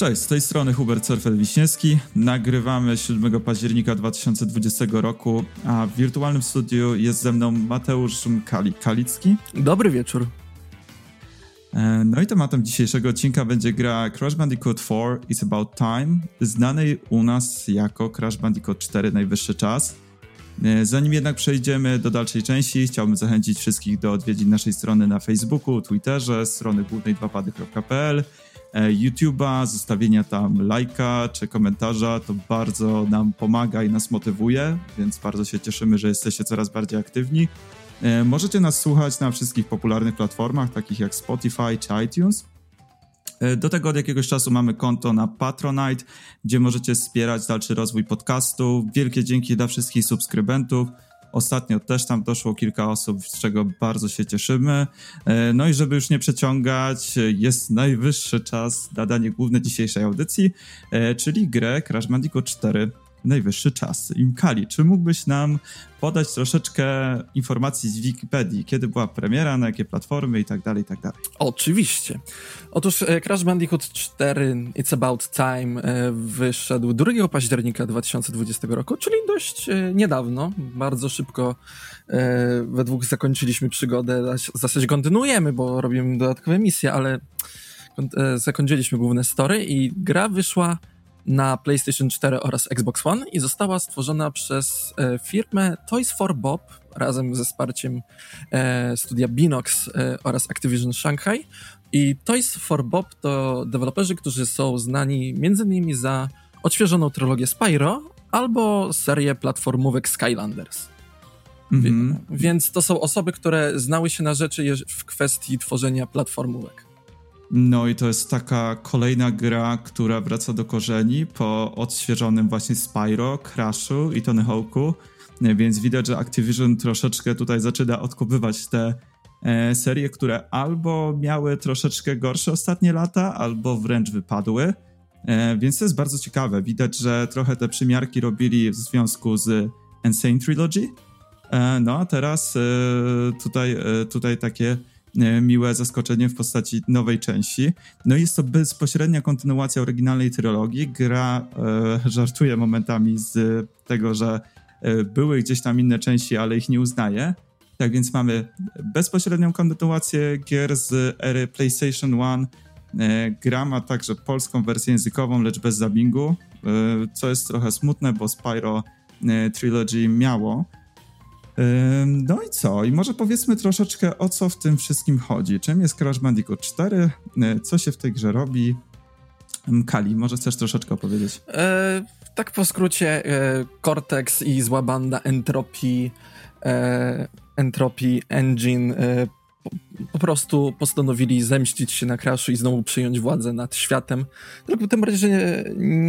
Cześć, z tej strony Hubert Cerfel-Wiśniewski. Nagrywamy 7 października 2020 roku, a w wirtualnym studiu jest ze mną Mateusz Kalicki. Dobry wieczór. No i tematem dzisiejszego odcinka będzie gra Crash Bandicoot 4 It's About Time, znanej u nas jako Crash Bandicoot 4 Najwyższy Czas. Zanim jednak przejdziemy do dalszej części, chciałbym zachęcić wszystkich do odwiedzin naszej strony na Facebooku, Twitterze, strony głównej dwapady.pl, YouTube'a, zostawienia tam lajka czy komentarza, to bardzo nam pomaga i nas motywuje, więc bardzo się cieszymy, że jesteście coraz bardziej aktywni. Możecie nas słuchać na wszystkich popularnych platformach, takich jak Spotify czy iTunes. Do tego od jakiegoś czasu mamy konto na Patronite, gdzie możecie wspierać dalszy rozwój podcastu. Wielkie dzięki dla wszystkich subskrybentów. Ostatnio też tam doszło kilka osób, z czego bardzo się cieszymy. No i żeby już nie przeciągać, jest najwyższy czas na danie główne dzisiejszej audycji, czyli grę Crash Bandicoot 4 Najwyższy Czas. Kali, czy mógłbyś nam podać troszeczkę informacji z Wikipedii, kiedy była premiera, na jakie platformy i tak dalej, i tak dalej? Oczywiście. Otóż Crash Bandicoot 4 It's About Time wyszedł 2 października 2020 roku, czyli dość niedawno. Bardzo szybko we dwóch zakończyliśmy przygodę. W zasadzie kontynuujemy, bo robimy dodatkowe misje, ale zakończyliśmy główne story i gra wyszła na PlayStation 4 oraz Xbox One i została stworzona przez firmę Toys for Bob razem ze wsparciem studia Binox oraz Activision Shanghai. I Toys for Bob to deweloperzy, którzy są znani m.in. za odświeżoną trylogię Spyro albo serię platformówek Skylanders. Więc to są osoby, które znały się na rzeczy w kwestii tworzenia platformówek. No i to jest taka kolejna gra, która wraca do korzeni po odświeżonym właśnie Spyro, Crashu i Tony Hawk'u, więc widać, że Activision troszeczkę tutaj zaczyna odkopywać te serie, które albo miały troszeczkę gorsze ostatnie lata, albo wręcz wypadły, więc to jest bardzo ciekawe. Widać, że trochę te przymiarki robili w związku z Insane Trilogy, no a teraz tutaj takie miłe zaskoczenie w postaci nowej części. No i jest to bezpośrednia kontynuacja oryginalnej trylogii. Gra żartuje momentami z tego, że były gdzieś tam inne części, ale ich nie uznaje. Tak więc mamy bezpośrednią kontynuację gier z ery PlayStation 1. Gra ma także polską wersję językową, lecz bez dubbingu, co jest trochę smutne, bo Spyro Trilogy miało. No i co? I może powiedzmy troszeczkę, o co w tym wszystkim chodzi. Czym jest Crash Bandicoot 4? Co się w tej grze robi? Kali, może chcesz troszeczkę opowiedzieć? Tak po skrócie, Cortex i zła banda Entropy Engine po prostu postanowili zemścić się na Crashu i znowu przyjąć władzę nad światem. Tylko tym bardziej, że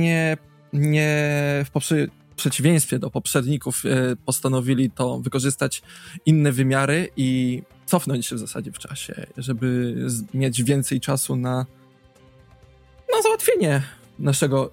nie w przeciwieństwie do poprzedników postanowili to wykorzystać inne wymiary i cofnąć się w zasadzie w czasie, żeby mieć więcej czasu na załatwienie naszego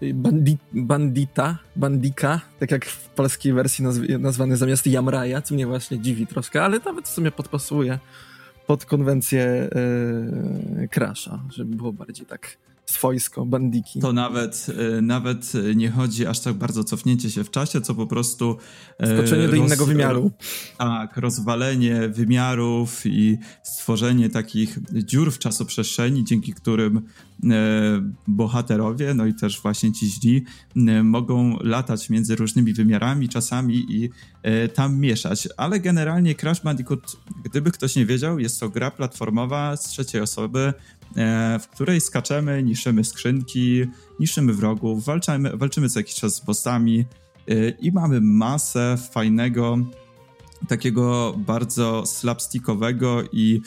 bandika, tak jak w polskiej wersji nazwany zamiast Jamraja, co mnie właśnie dziwi troszkę, ale nawet w sumie podpasuje pod konwencję Crasha, żeby było bardziej tak swojsko, bandiki. To nawet nie chodzi aż tak bardzo o cofnięcie się w czasie, co po prostu skoczenie do innego wymiaru. Tak, rozwalenie wymiarów i stworzenie takich dziur w czasoprzestrzeni, dzięki którym bohaterowie, no i też właśnie ci źli, mogą latać między różnymi wymiarami, czasami i tam mieszać. Ale generalnie Crash Bandicoot, gdyby ktoś nie wiedział, jest to gra platformowa z trzeciej osoby, w której skaczemy, niszczymy skrzynki, niszczymy wrogów, walczymy co jakiś czas z bossami i mamy masę fajnego, takiego bardzo slapstickowego i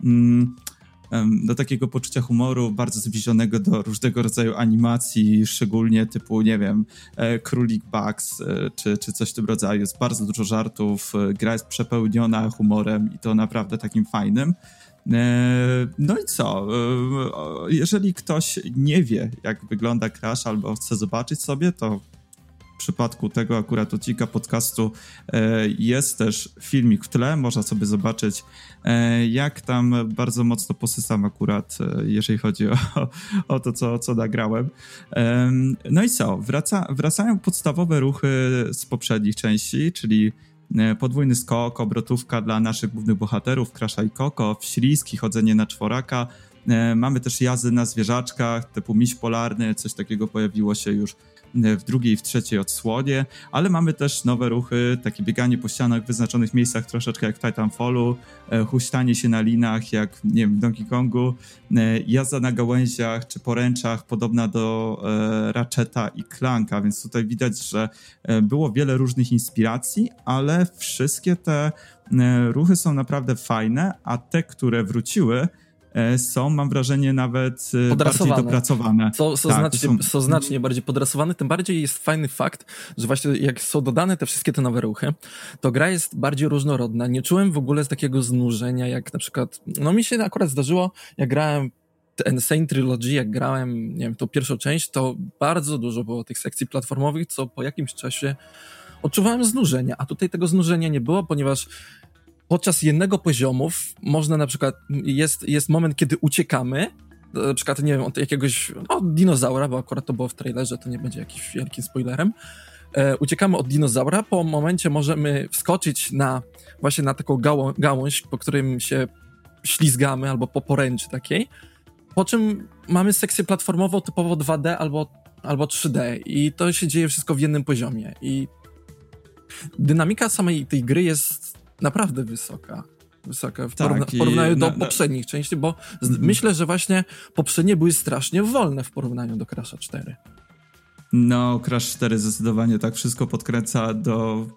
do takiego poczucia humoru bardzo zbliżonego do różnego rodzaju animacji, szczególnie typu, nie wiem, Królik Bugs czy coś w tym rodzaju. Jest bardzo dużo żartów, gra jest przepełniona humorem i to naprawdę takim fajnym. No i co? Jeżeli ktoś nie wie, jak wygląda Crash albo chce zobaczyć sobie, to w przypadku tego akurat odcinka podcastu jest też filmik w tle, można sobie zobaczyć, jak tam bardzo mocno posysam akurat, jeżeli chodzi o to, co nagrałem. No i co? Wracają podstawowe ruchy z poprzednich części, czyli podwójny skok, obrotówka dla naszych głównych bohaterów, Crasha i Coco, wślizgi, chodzenie na czworaka. Mamy też jazdy na zwierzaczkach, typu miś polarny, coś takiego pojawiło się już w drugiej i w trzeciej odsłonie, ale mamy też nowe ruchy, takie bieganie po ścianach w wyznaczonych miejscach, troszeczkę jak w Titanfallu, huśtanie się na linach, jak nie wiem, w Donkey Kongu, jazda na gałęziach czy poręczach, podobna do Ratcheta i Clanka, więc tutaj widać, że było wiele różnych inspiracji, ale wszystkie te ruchy są naprawdę fajne, a te, które wróciły, są, mam wrażenie, nawet bardziej dopracowane. Są znacznie bardziej podrasowane, tym bardziej jest fajny fakt, że właśnie jak są dodane te wszystkie te nowe ruchy, to gra jest bardziej różnorodna. Nie czułem w ogóle takiego znużenia, jak na przykład, no mi się akurat zdarzyło, jak grałem Insane Trilogy, jak grałem, nie wiem, tą pierwszą część, to bardzo dużo było tych sekcji platformowych, co po jakimś czasie odczuwałem znużenia, a tutaj tego znużenia nie było, ponieważ podczas jednego poziomu można na przykład, jest moment, kiedy uciekamy, na przykład, nie wiem, od jakiegoś dinozaura, bo akurat to było w trailerze, to nie będzie jakimś wielkim spoilerem. Uciekamy od dinozaura, po momencie możemy wskoczyć właśnie na taką gałąź, po którym się ślizgamy, albo po poręczy takiej, po czym mamy sekcję platformową typowo 2D albo 3D i to się dzieje wszystko w jednym poziomie i dynamika samej tej gry jest naprawdę wysoka w porównaniu do poprzednich części, bo myślę, że właśnie poprzednie były strasznie wolne w porównaniu do Crasha 4. No, Crash 4 zdecydowanie tak wszystko podkręca do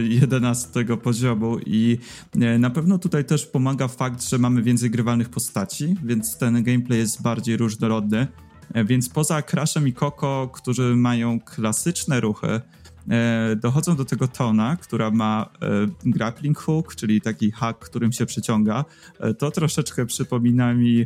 11 poziomu i na pewno tutaj też pomaga fakt, że mamy więcej grywalnych postaci, więc ten gameplay jest bardziej różnorodny, więc poza Crashem i Coco, którzy mają klasyczne ruchy, dochodzą do tego Tona, która ma grappling hook, czyli taki hack, którym się przyciąga. To troszeczkę przypomina mi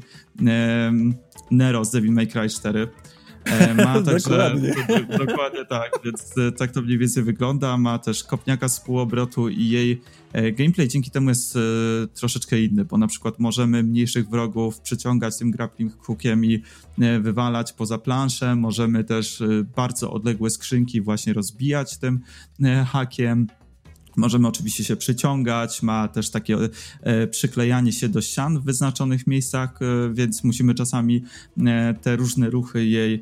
Nero z Devil May Cry 4. Ma także, dokładnie tak, więc tak to mniej więcej wygląda. Ma też kopniaka z półobrotu i jej gameplay dzięki temu jest troszeczkę inny, bo na przykład możemy mniejszych wrogów przyciągać tym grappling hookiem i wywalać poza planszę. Możemy też bardzo odległe skrzynki właśnie rozbijać tym hakiem. Możemy oczywiście się przyciągać, ma też takie przyklejanie się do ścian w wyznaczonych miejscach, więc musimy czasami te różne ruchy jej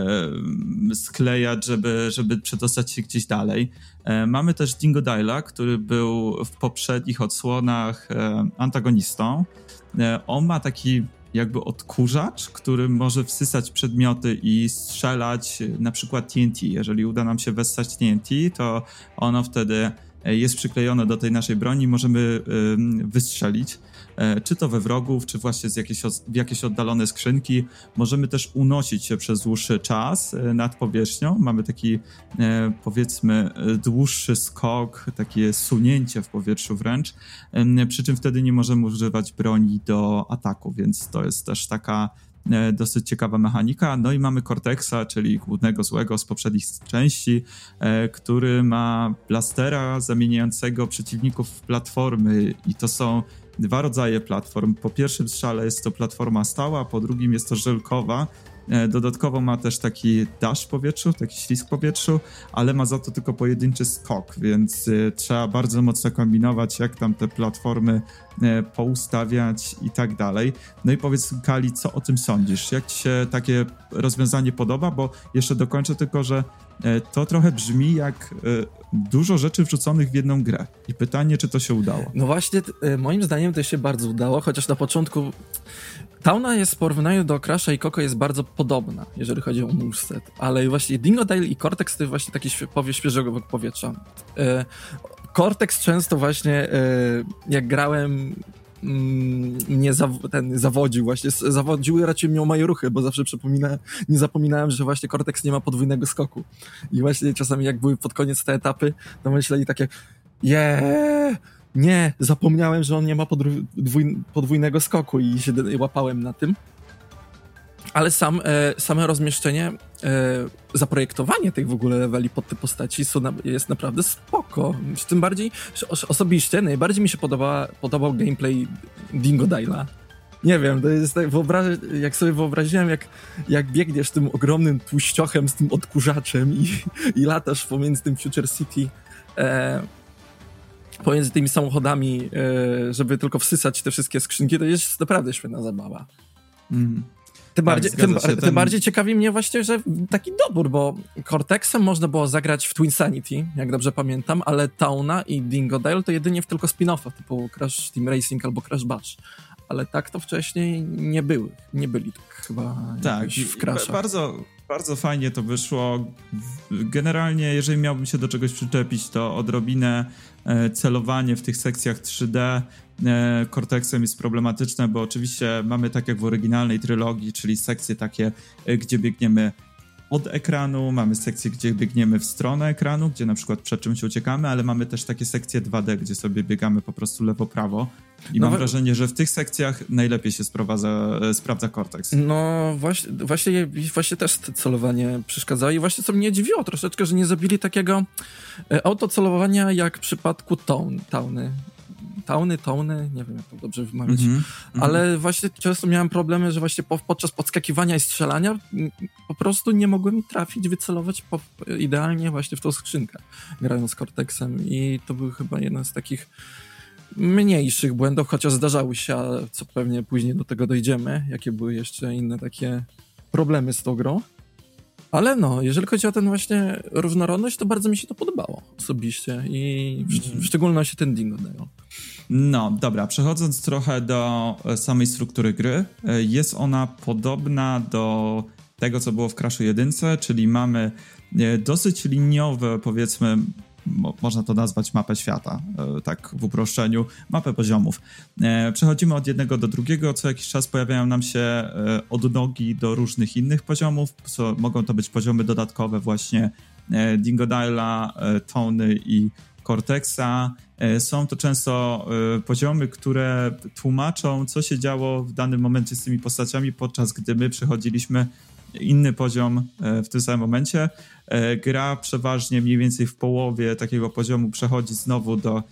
sklejać, żeby przedostać się gdzieś dalej. Mamy też Dingodyle'a, który był w poprzednich odsłonach antagonistą. On ma taki jakby odkurzacz, który może wsysać przedmioty i strzelać na przykład TNT. Jeżeli uda nam się wessać TNT, to ono wtedy jest przyklejone do tej naszej broni, możemy wystrzelić, czy to we wrogów, czy właśnie w jakieś oddalone skrzynki. Możemy też unosić się przez dłuższy czas nad powierzchnią. Mamy taki, powiedzmy, dłuższy skok, takie sunięcie w powietrzu wręcz, przy czym wtedy nie możemy używać broni do ataku, więc to jest też taka dosyć ciekawa mechanika. No i mamy Cortexa, czyli głównego złego z poprzednich części, który ma blastera zamieniającego przeciwników w platformy i to są dwa rodzaje platform. Po pierwszym strzale jest to platforma stała, po drugim jest to żelkowa. Dodatkowo ma też taki dash w powietrzu, taki ślizg w powietrzu, ale ma za to tylko pojedynczy skok, więc trzeba bardzo mocno kombinować, jak tam te platformy poustawiać i tak dalej. No i powiedz, Kali, co o tym sądzisz? Jak ci się takie rozwiązanie podoba? Bo jeszcze dokończę tylko, że to trochę brzmi jak dużo rzeczy wrzuconych w jedną grę. I pytanie, czy to się udało? No właśnie, moim zdaniem to się bardzo udało, chociaż na początku Tauna jest w porównaniu do Crasha i Coco jest bardzo podobna, jeżeli chodzi o moveset, ale właśnie Dingodile i Cortex to jest właśnie taki powiew świeżego powietrza. Cortex często właśnie, jak grałem, mnie zawodził właśnie, zawodziły raczej mnie moje ruchy, bo zawsze nie zapominałem, że właśnie Cortex nie ma podwójnego skoku. I właśnie czasami jak były pod koniec te etapy, to myśleli takie nie, zapomniałem, że on nie ma podwójnego skoku i się łapałem na tym. Ale same rozmieszczenie, zaprojektowanie tych w ogóle leveli pod te postaci jest naprawdę spoko. Tym bardziej, że osobiście najbardziej mi się podobał gameplay Dingo Dile'a. Nie wiem, to jest tak, jak sobie wyobraziłem, jak biegniesz tym ogromnym tłuściochem z tym odkurzaczem i latasz pomiędzy tym Future City, pomiędzy tymi samochodami, żeby tylko wsysać te wszystkie skrzynki, to jest naprawdę świetna zabawa. Tym bardziej ciekawi mnie właśnie, że taki dobór, bo Cortexem można było zagrać w Twinsanity, jak dobrze pamiętam, ale Towna i Dingo Dile to jedynie w tylko spin-offach, typu Crash Team Racing albo Crash Bash. Ale tak to wcześniej nie byli tak chyba w Crashach. Bardzo fajnie to wyszło. Generalnie, jeżeli miałbym się do czegoś przyczepić, to odrobinę celowanie w tych sekcjach 3D Cortexem jest problematyczne, bo oczywiście mamy tak jak w oryginalnej trylogii, czyli sekcje takie, gdzie biegniemy od ekranu, mamy sekcje, gdzie biegniemy w stronę ekranu, gdzie na przykład przed czymś uciekamy, ale mamy też takie sekcje 2D, gdzie sobie biegamy po prostu lewo-prawo i mam wrażenie, że w tych sekcjach najlepiej się sprawdza Cortex. No właśnie też celowanie przeszkadzało i właśnie co mnie dziwiło troszeczkę, że nie zrobili takiego autocelowania jak w przypadku Towny, nie wiem jak to dobrze wymawiać, ale właśnie często miałem problemy, że właśnie podczas podskakiwania i strzelania po prostu nie mogłem trafić, wycelować idealnie właśnie w tą skrzynkę, grając Cortexem i to był chyba jeden z takich mniejszych błędów, chociaż zdarzały się, co pewnie później do tego dojdziemy, jakie były jeszcze inne takie problemy z tą grą. Ale no, jeżeli chodzi o ten właśnie różnorodność, to bardzo mi się to podobało osobiście i w szczególności ten Dingo Dile. No, dobra, przechodząc trochę do samej struktury gry, jest ona podobna do tego, co było w Crashu 1, czyli mamy dosyć liniowe, powiedzmy, można to nazwać mapę świata, tak w uproszczeniu, mapę poziomów. Przechodzimy od jednego do drugiego, co jakiś czas pojawiają nam się odnogi do różnych innych poziomów, mogą to być poziomy dodatkowe właśnie Dingo Dile'a, Tony i Cortexa. Są to często poziomy, które tłumaczą, co się działo w danym momencie z tymi postaciami, podczas gdy my przechodziliśmy inny poziom w tym samym momencie. Gra przeważnie mniej więcej w połowie takiego poziomu przechodzi znowu do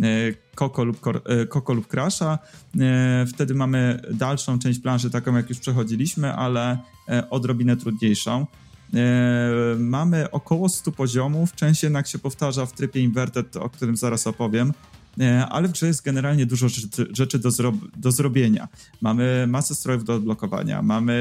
Coco lub Crasha. Wtedy mamy dalszą część planszy, taką jak już przechodziliśmy, ale odrobinę trudniejszą. Mamy około 100 poziomów, część jednak się powtarza w trybie Inverted, o którym zaraz opowiem, ale w grze jest generalnie dużo rzeczy do zrobienia. Mamy masę strojów do odblokowania,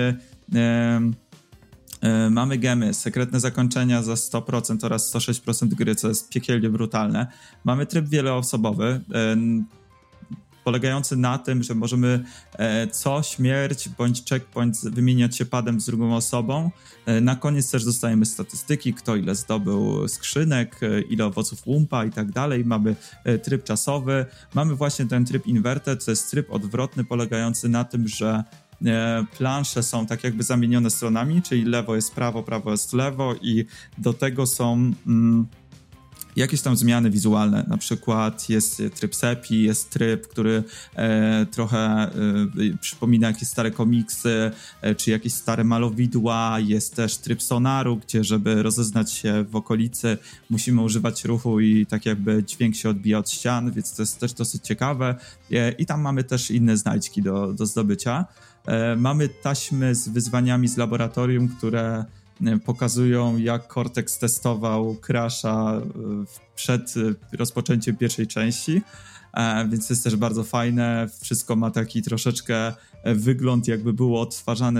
mamy gemy, sekretne zakończenia za 100% oraz 106% gry, co jest piekielnie brutalne. Mamy tryb wieloosobowy, polegający na tym, że możemy śmierć bądź checkpoint wymieniać się padem z drugą osobą. Na koniec też dostajemy statystyki, kto ile zdobył skrzynek, ile owoców łumpa i tak dalej. Mamy tryb czasowy. Mamy właśnie ten tryb inverted, to jest tryb odwrotny polegający na tym, że plansze są tak jakby zamienione stronami, czyli lewo jest prawo, prawo jest lewo i do tego są jakieś tam zmiany wizualne, na przykład jest tryb sepi, jest tryb, który trochę przypomina jakieś stare komiksy, czy jakieś stare malowidła, jest też tryb sonaru, gdzie żeby rozeznać się w okolicy musimy używać ruchu i tak jakby dźwięk się odbija od ścian, więc to jest też dosyć ciekawe i tam mamy też inne znajdźki do zdobycia. Mamy taśmy z wyzwaniami z laboratorium, które pokazują, jak Cortex testował Crasha przed rozpoczęciem pierwszej części, więc jest też bardzo fajne. Wszystko ma taki troszeczkę wygląd, jakby było odtwarzane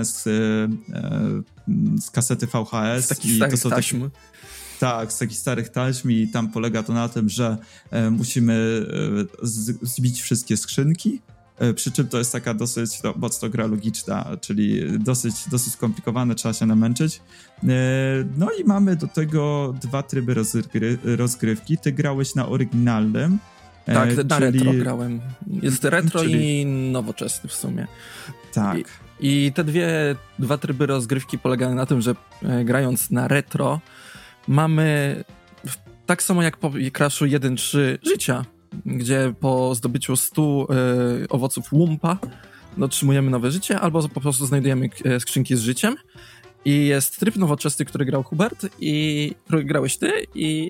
z kasety VHS. Z takich starych taśm. Tak, z takich starych taśm i tam polega to na tym, że musimy zbić wszystkie skrzynki. Przy czym to jest taka dosyć mocno gra logiczna, czyli dosyć skomplikowane, trzeba się namęczyć. No i mamy do tego 2 tryby rozgrywki. Ty grałeś na oryginalnym. Tak, na retro grałem. Jest retro i nowoczesny w sumie. Tak. I te dwa tryby rozgrywki polegają na tym, że grając na retro mamy tak samo jak po Crashu 1.3 życia, gdzie po zdobyciu 100 owoców łumpa otrzymujemy nowe życie, albo po prostu znajdujemy skrzynki z życiem. I jest tryb nowoczesny, który grał Hubert i który grałeś ty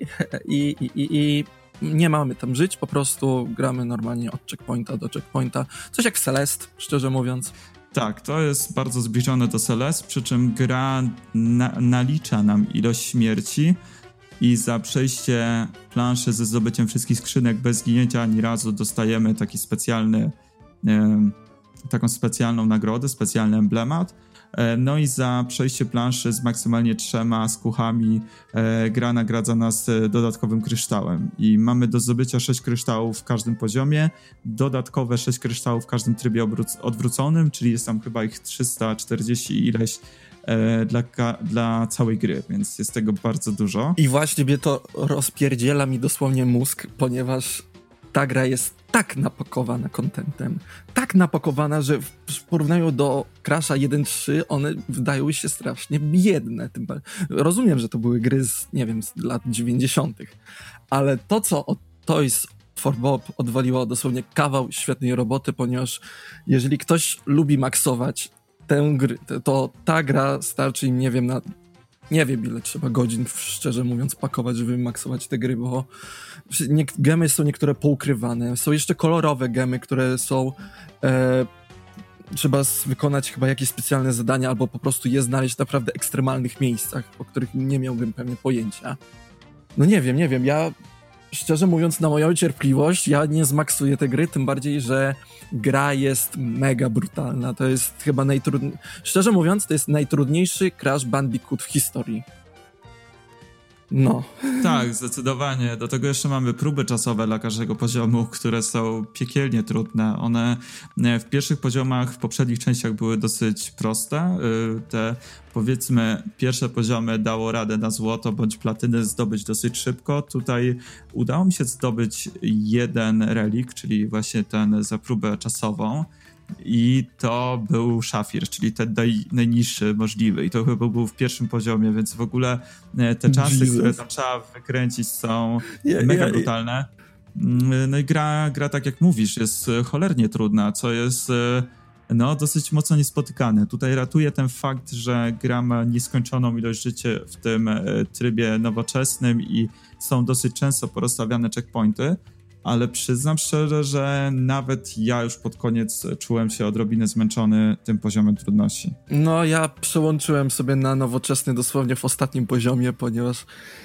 i nie mamy tam żyć, po prostu gramy normalnie od checkpointa do checkpointa. Coś jak w Celeste, szczerze mówiąc. Tak, to jest bardzo zbliżone do Celeste, przy czym gra nalicza nam ilość śmierci i za przejście planszy ze zdobyciem wszystkich skrzynek bez zginięcia ani razu dostajemy taki taką specjalną nagrodę, specjalny emblemat. No i za przejście planszy z maksymalnie 3 skuchami gra nagradza nas dodatkowym kryształem. I mamy do zdobycia 6 kryształów w każdym poziomie, dodatkowe 6 kryształów w każdym trybie odwróconym, czyli jest tam chyba ich 340 ileś dla całej gry, więc jest tego bardzo dużo. I właśnie mnie to rozpierdziela mi dosłownie mózg, ponieważ ta gra jest tak napakowana contentem, tak napakowana, że w porównaniu do Crasha 1.3 one wydają się strasznie biedne. Rozumiem, że to były gry z lat 90., ale to, co od Toys for Bob odwaliło dosłownie kawał świetnej roboty, ponieważ jeżeli ktoś lubi maksować tę grę, to ta gra starczy im, nie wiem ile trzeba godzin, szczerze mówiąc, pakować, żeby maksować te gry, bo gemy są niektóre poukrywane, są jeszcze kolorowe gemy, które są trzeba wykonać chyba jakieś specjalne zadania, albo po prostu je znaleźć w naprawdę ekstremalnych miejscach, o których nie miałbym pewnie pojęcia. No nie wiem, ja szczerze mówiąc, na moją cierpliwość ja nie zmaksuję tej gry, tym bardziej, że gra jest mega brutalna. To jest chyba szczerze mówiąc, to jest najtrudniejszy Crash Bandicoot w historii. No. Tak, zdecydowanie. Do tego jeszcze mamy próby czasowe dla każdego poziomu, które są piekielnie trudne. One w pierwszych poziomach, w poprzednich częściach były dosyć proste. Te, powiedzmy, pierwsze poziomy dało radę na złoto bądź platynę zdobyć dosyć szybko. Tutaj udało mi się zdobyć jeden relik, czyli właśnie ten za próbę czasową. I to był szafir, czyli ten najniższy możliwy. I to chyba był w pierwszym poziomie, więc w ogóle te czasy, które tam trzeba wykręcić, są mega brutalne. No i gra, tak jak mówisz, jest cholernie trudna, co jest dosyć mocno niespotykane. Tutaj ratuje ten fakt, że gra ma nieskończoną ilość życia w tym trybie nowoczesnym i są dosyć często porozstawiane checkpointy. Ale przyznam szczerze, że nawet ja już pod koniec czułem się odrobinę zmęczony tym poziomem trudności. No, ja przełączyłem sobie na nowoczesny dosłownie w ostatnim poziomie, ponieważ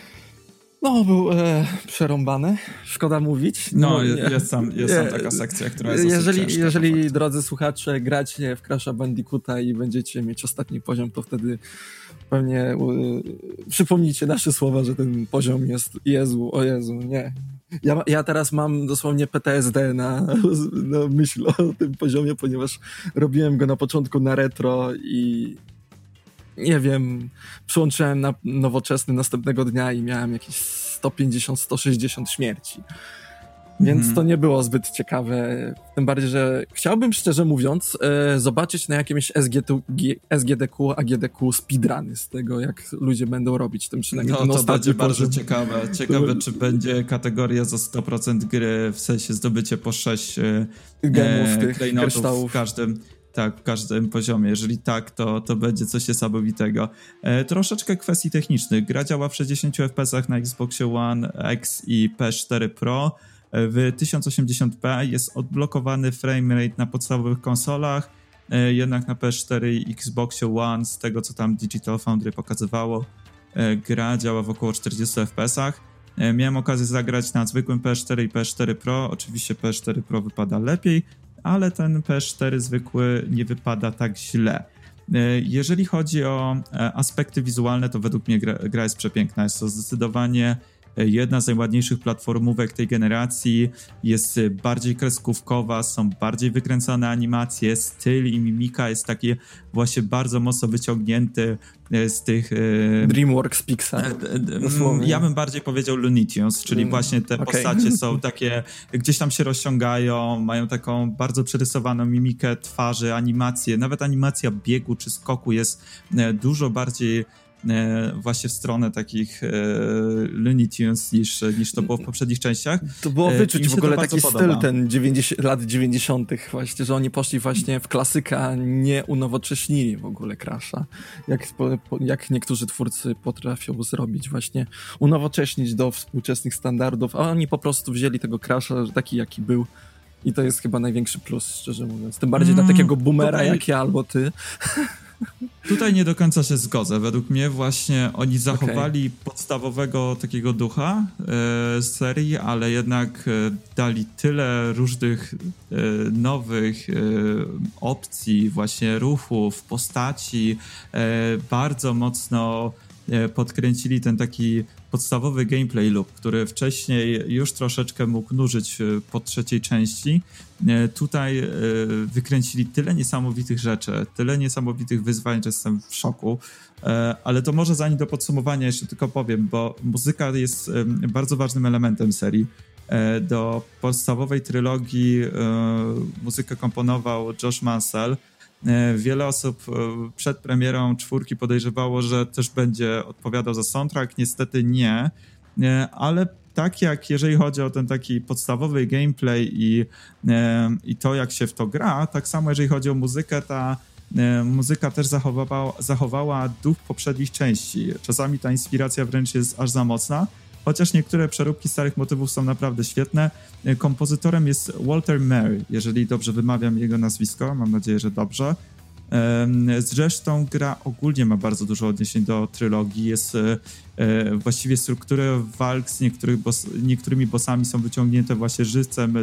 był przerąbany, szkoda mówić. Jest tam taka sekcja, która jest Jeżeli drodzy słuchacze, gracie w Crasha Bandicoota i będziecie mieć ostatni poziom, to wtedy pewnie przypomnijcie nasze słowa, że ten poziom jest o Jezu, nie. Ja teraz mam dosłownie PTSD na myśl o tym poziomie, ponieważ robiłem go na początku na retro i nie wiem, przyłączyłem na nowoczesny następnego dnia i miałem jakieś 150-160 śmierci. Więc to nie było zbyt ciekawe. Tym bardziej, że chciałbym, szczerze mówiąc, zobaczyć na jakimś SGDQ, AGDQ speedruny z tego, jak ludzie będą robić. Tym przynajmniej to będzie bardzo ciekawe. Ciekawe, czy będzie kategoria za 100% gry, w sensie zdobycie po 6 gemów, tych klejnotów w każdym poziomie. Jeżeli tak, to będzie coś niesamowitego. Troszeczkę kwestii technicznych. Gra działa w 60 FPS na Xboxie One X i PS4 Pro. W 1080p jest odblokowany framerate na podstawowych konsolach, jednak na PS4 i Xboxie One, z tego co tam Digital Foundry pokazywało, gra działa w około 40 fps-ach. Miałem okazję zagrać na zwykłym PS4 i PS4 Pro. Oczywiście PS4 Pro wypada lepiej, ale ten PS4 zwykły nie wypada tak źle. Jeżeli chodzi o aspekty wizualne, to według mnie gra jest przepiękna. Jest to zdecydowanie jedna z najładniejszych platformówek tej generacji, jest bardziej kreskówkowa, są bardziej wykręcone animacje, styl i mimika jest taki właśnie bardzo mocno wyciągnięty z tych... DreamWorks Pixar. Ja bym bardziej powiedział Looney Tunes, czyli właśnie te postacie są takie, gdzieś tam się rozciągają, mają taką bardzo przerysowaną mimikę twarzy, animacje, nawet animacja biegu czy skoku jest dużo bardziej właśnie w stronę takich Looney Tunes niż to było w poprzednich częściach. To było wyczuć w ogóle taki styl ten lat 90. właśnie, że oni poszli właśnie w klasykę, a nie unowocześnili w ogóle Crasha. Jak niektórzy twórcy potrafią zrobić właśnie, unowocześnić do współczesnych standardów, a oni po prostu wzięli tego Crasha taki, jaki był. I to jest chyba największy plus, szczerze mówiąc. Tym bardziej dla takiego boomera jak ja albo ty. Tutaj nie do końca się zgodzę. Według mnie właśnie oni zachowali podstawowego takiego ducha serii, ale jednak dali tyle różnych nowych opcji, właśnie ruchów, postaci. Bardzo mocno podkręcili ten taki podstawowy gameplay loop, który wcześniej już troszeczkę mógł nużyć po trzeciej części. Tutaj wykręcili tyle niesamowitych rzeczy, tyle niesamowitych wyzwań, że jestem w szoku. Ale to może zanim do podsumowania jeszcze tylko powiem, bo muzyka jest bardzo ważnym elementem serii. Do podstawowej trylogii muzykę komponował Josh Mansell. Wiele osób przed premierą 4 podejrzewało, że też będzie odpowiadał za soundtrack. Niestety nie, ale tak jak jeżeli chodzi o ten taki podstawowy gameplay i to, jak się w to gra, tak samo jeżeli chodzi o muzykę, ta muzyka też zachowała duch poprzednich części. Czasami ta inspiracja wręcz jest aż za mocna, chociaż niektóre przeróbki starych motywów są naprawdę świetne. Kompozytorem jest Walter Murray, jeżeli dobrze wymawiam jego nazwisko, mam nadzieję, że dobrze. Zresztą gra ogólnie ma bardzo dużo odniesień do trylogii. Jest właściwie struktury walk z niektórymi bossami są wyciągnięte właśnie żywcem.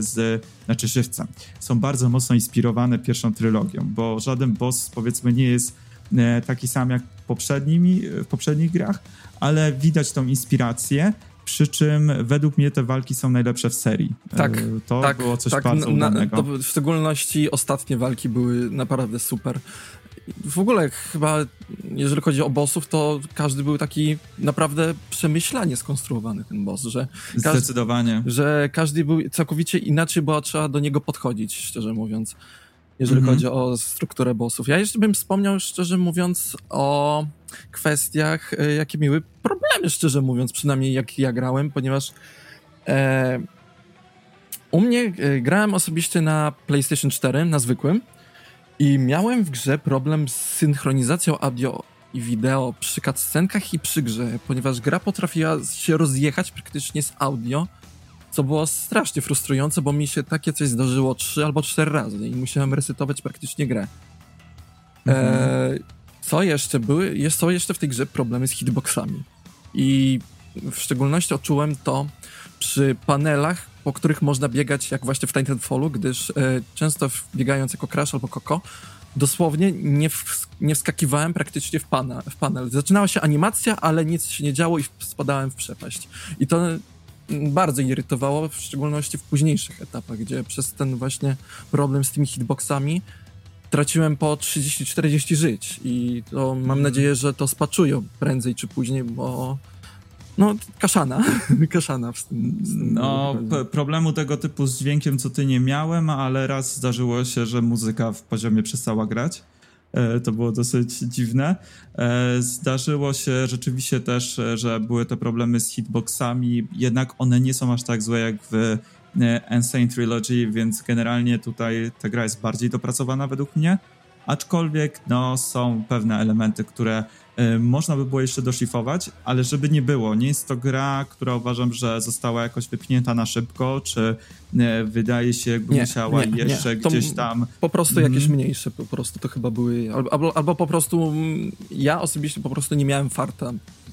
Są bardzo mocno inspirowane pierwszą trylogią, bo żaden boss, powiedzmy, nie jest taki sam jak w poprzednich grach, ale widać tą inspirację, przy czym według mnie te walki są najlepsze w serii. To było coś bardzo udanego. W szczególności ostatnie walki były naprawdę super. W ogóle chyba, jeżeli chodzi o bossów, to każdy był taki naprawdę przemyślanie skonstruowany, ten boss, Zdecydowanie. Że każdy był całkowicie inaczej, bo trzeba do niego podchodzić, szczerze mówiąc, jeżeli chodzi o strukturę bossów. Ja jeszcze bym wspomniał, szczerze mówiąc, o kwestiach, jakie miały problemy, szczerze mówiąc, przynajmniej jak ja grałem, ponieważ u mnie grałem osobiście na PlayStation 4, na zwykłym, i miałem w grze problem z synchronizacją audio i wideo przy cutscenkach i przy grze, ponieważ gra potrafiła się rozjechać praktycznie z audio, co było strasznie frustrujące, bo mi się takie coś zdarzyło 3 albo 4 razy i musiałem resetować praktycznie grę. Co jeszcze w tej grze problemy z hitboxami. I w szczególności odczułem to przy panelach, po których można biegać jak właśnie w Titanfallu, gdyż często biegając jako Crash albo Coco, dosłownie nie wskakiwałem praktycznie w panel. Zaczynała się animacja, ale nic się nie działo i spadałem w przepaść. I to bardzo irytowało, w szczególności w późniejszych etapach, gdzie przez ten właśnie problem z tymi hitboxami traciłem po 30-40 żyć i to mam nadzieję, że to spatchują prędzej czy później, bo kaszana w tym. Problemu tego typu z dźwiękiem, co ty, nie miałem, ale raz zdarzyło się, że muzyka w poziomie przestała grać. To było dosyć dziwne. Zdarzyło się rzeczywiście też, że były te problemy z hitboxami, jednak one nie są aż tak złe jak w Insane Trilogy, więc generalnie tutaj ta gra jest bardziej dopracowana według mnie, aczkolwiek są pewne elementy, które można by było jeszcze doszlifować, ale żeby nie było, nie jest to gra, która uważam, że została jakoś wypchnięta na szybko, czy wydaje się, jakby musiała jeszcze gdzieś tam... Po prostu jakieś mniejsze, po prostu to chyba były, albo po prostu ja osobiście po prostu nie miałem farta.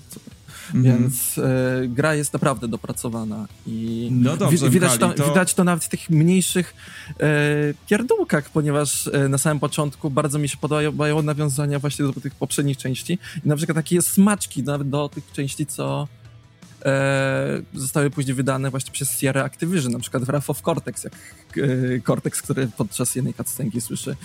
Więc gra jest naprawdę dopracowana i dobrze, widać to nawet w tych mniejszych pierdółkach, ponieważ na samym początku bardzo mi się podobają nawiązania właśnie do tych poprzednich części i na przykład takie smaczki nawet do tych części, co zostały później wydane właśnie przez Sierra Activision, na przykład w Wrath of Cortex, jak Cortex, który podczas jednej cutscenki słyszy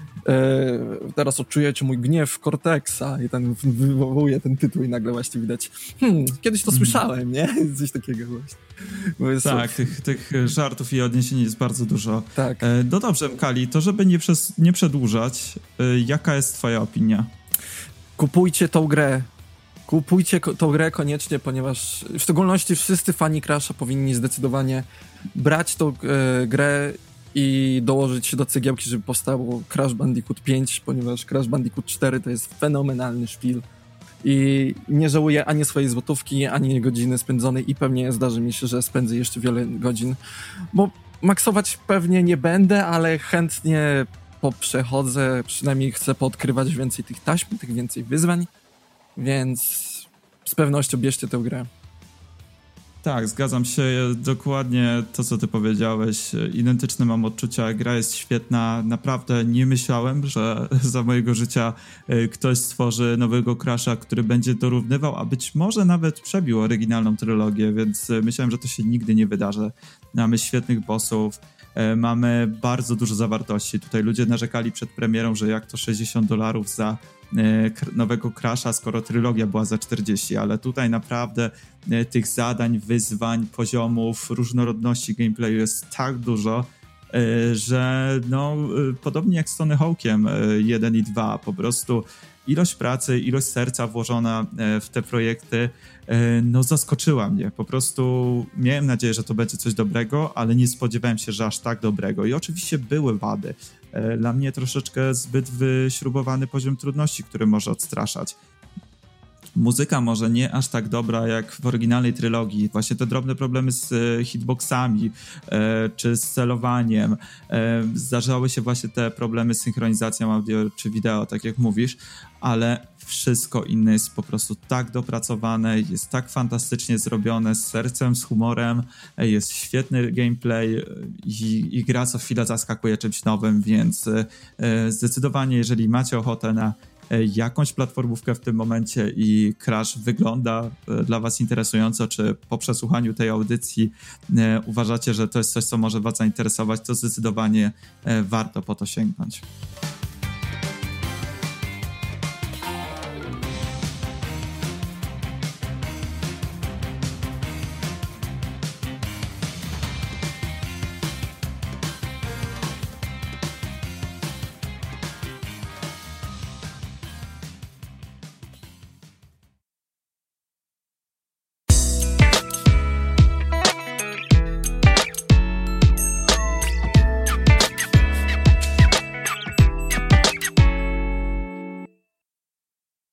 teraz odczujecie mój gniew Cortexa i ten wywołuje ten tytuł i nagle właśnie widać kiedyś to słyszałem, nie? Coś takiego właśnie. Tak, tych żartów i odniesień jest bardzo dużo. Tak. No dobrze, Kali, to żeby nie przedłużać, jaka jest twoja opinia? Kupujcie tą grę. Kupujcie tą grę koniecznie, ponieważ w szczególności wszyscy fani Crasha powinni zdecydowanie brać tą grę i dołożyć się do cegiełki, żeby powstało Crash Bandicoot 5, ponieważ Crash Bandicoot 4 to jest fenomenalny szpil i nie żałuję ani swojej złotówki, ani godziny spędzonej i pewnie zdarzy mi się, że spędzę jeszcze wiele godzin, bo maksować pewnie nie będę, ale chętnie poprzechodzę, przynajmniej chcę poodkrywać więcej tych taśm, tych więcej wyzwań, więc z pewnością bierzcie tę grę. Tak, zgadzam się. Dokładnie to, co ty powiedziałeś. Identyczne mam odczucia. Gra jest świetna. Naprawdę nie myślałem, że za mojego życia ktoś stworzy nowego Crasha, który będzie dorównywał, a być może nawet przebił oryginalną trylogię, więc myślałem, że to się nigdy nie wydarzy. Mamy świetnych bossów, mamy bardzo dużo zawartości. Tutaj ludzie narzekali przed premierą, że jak to $60 za nowego Crasha, skoro trylogia była za 40, ale tutaj naprawdę tych zadań, wyzwań, poziomów, różnorodności gameplayu jest tak dużo, że no podobnie jak z Tony Hawkiem 1 i 2, po prostu ilość pracy, ilość serca włożona w te projekty no zaskoczyła mnie. Po prostu miałem nadzieję, że to będzie coś dobrego, ale nie spodziewałem się, że aż tak dobrego. I oczywiście były wady. Dla mnie troszeczkę zbyt wyśrubowany poziom trudności, który może odstraszać. Muzyka może nie aż tak dobra jak w oryginalnej trylogii. Właśnie te drobne problemy z hitboxami czy z celowaniem. Zdarzały się właśnie te problemy z synchronizacją audio czy wideo, tak jak mówisz, ale wszystko inne jest po prostu tak dopracowane, jest tak fantastycznie zrobione, z sercem, z humorem, jest świetny gameplay i gra co chwila zaskakuje czymś nowym, więc zdecydowanie jeżeli macie ochotę na jakąś platformówkę w tym momencie i Crash wygląda dla was interesująco, czy po przesłuchaniu tej audycji uważacie, że to jest coś, co może was zainteresować, to zdecydowanie warto po to sięgnąć.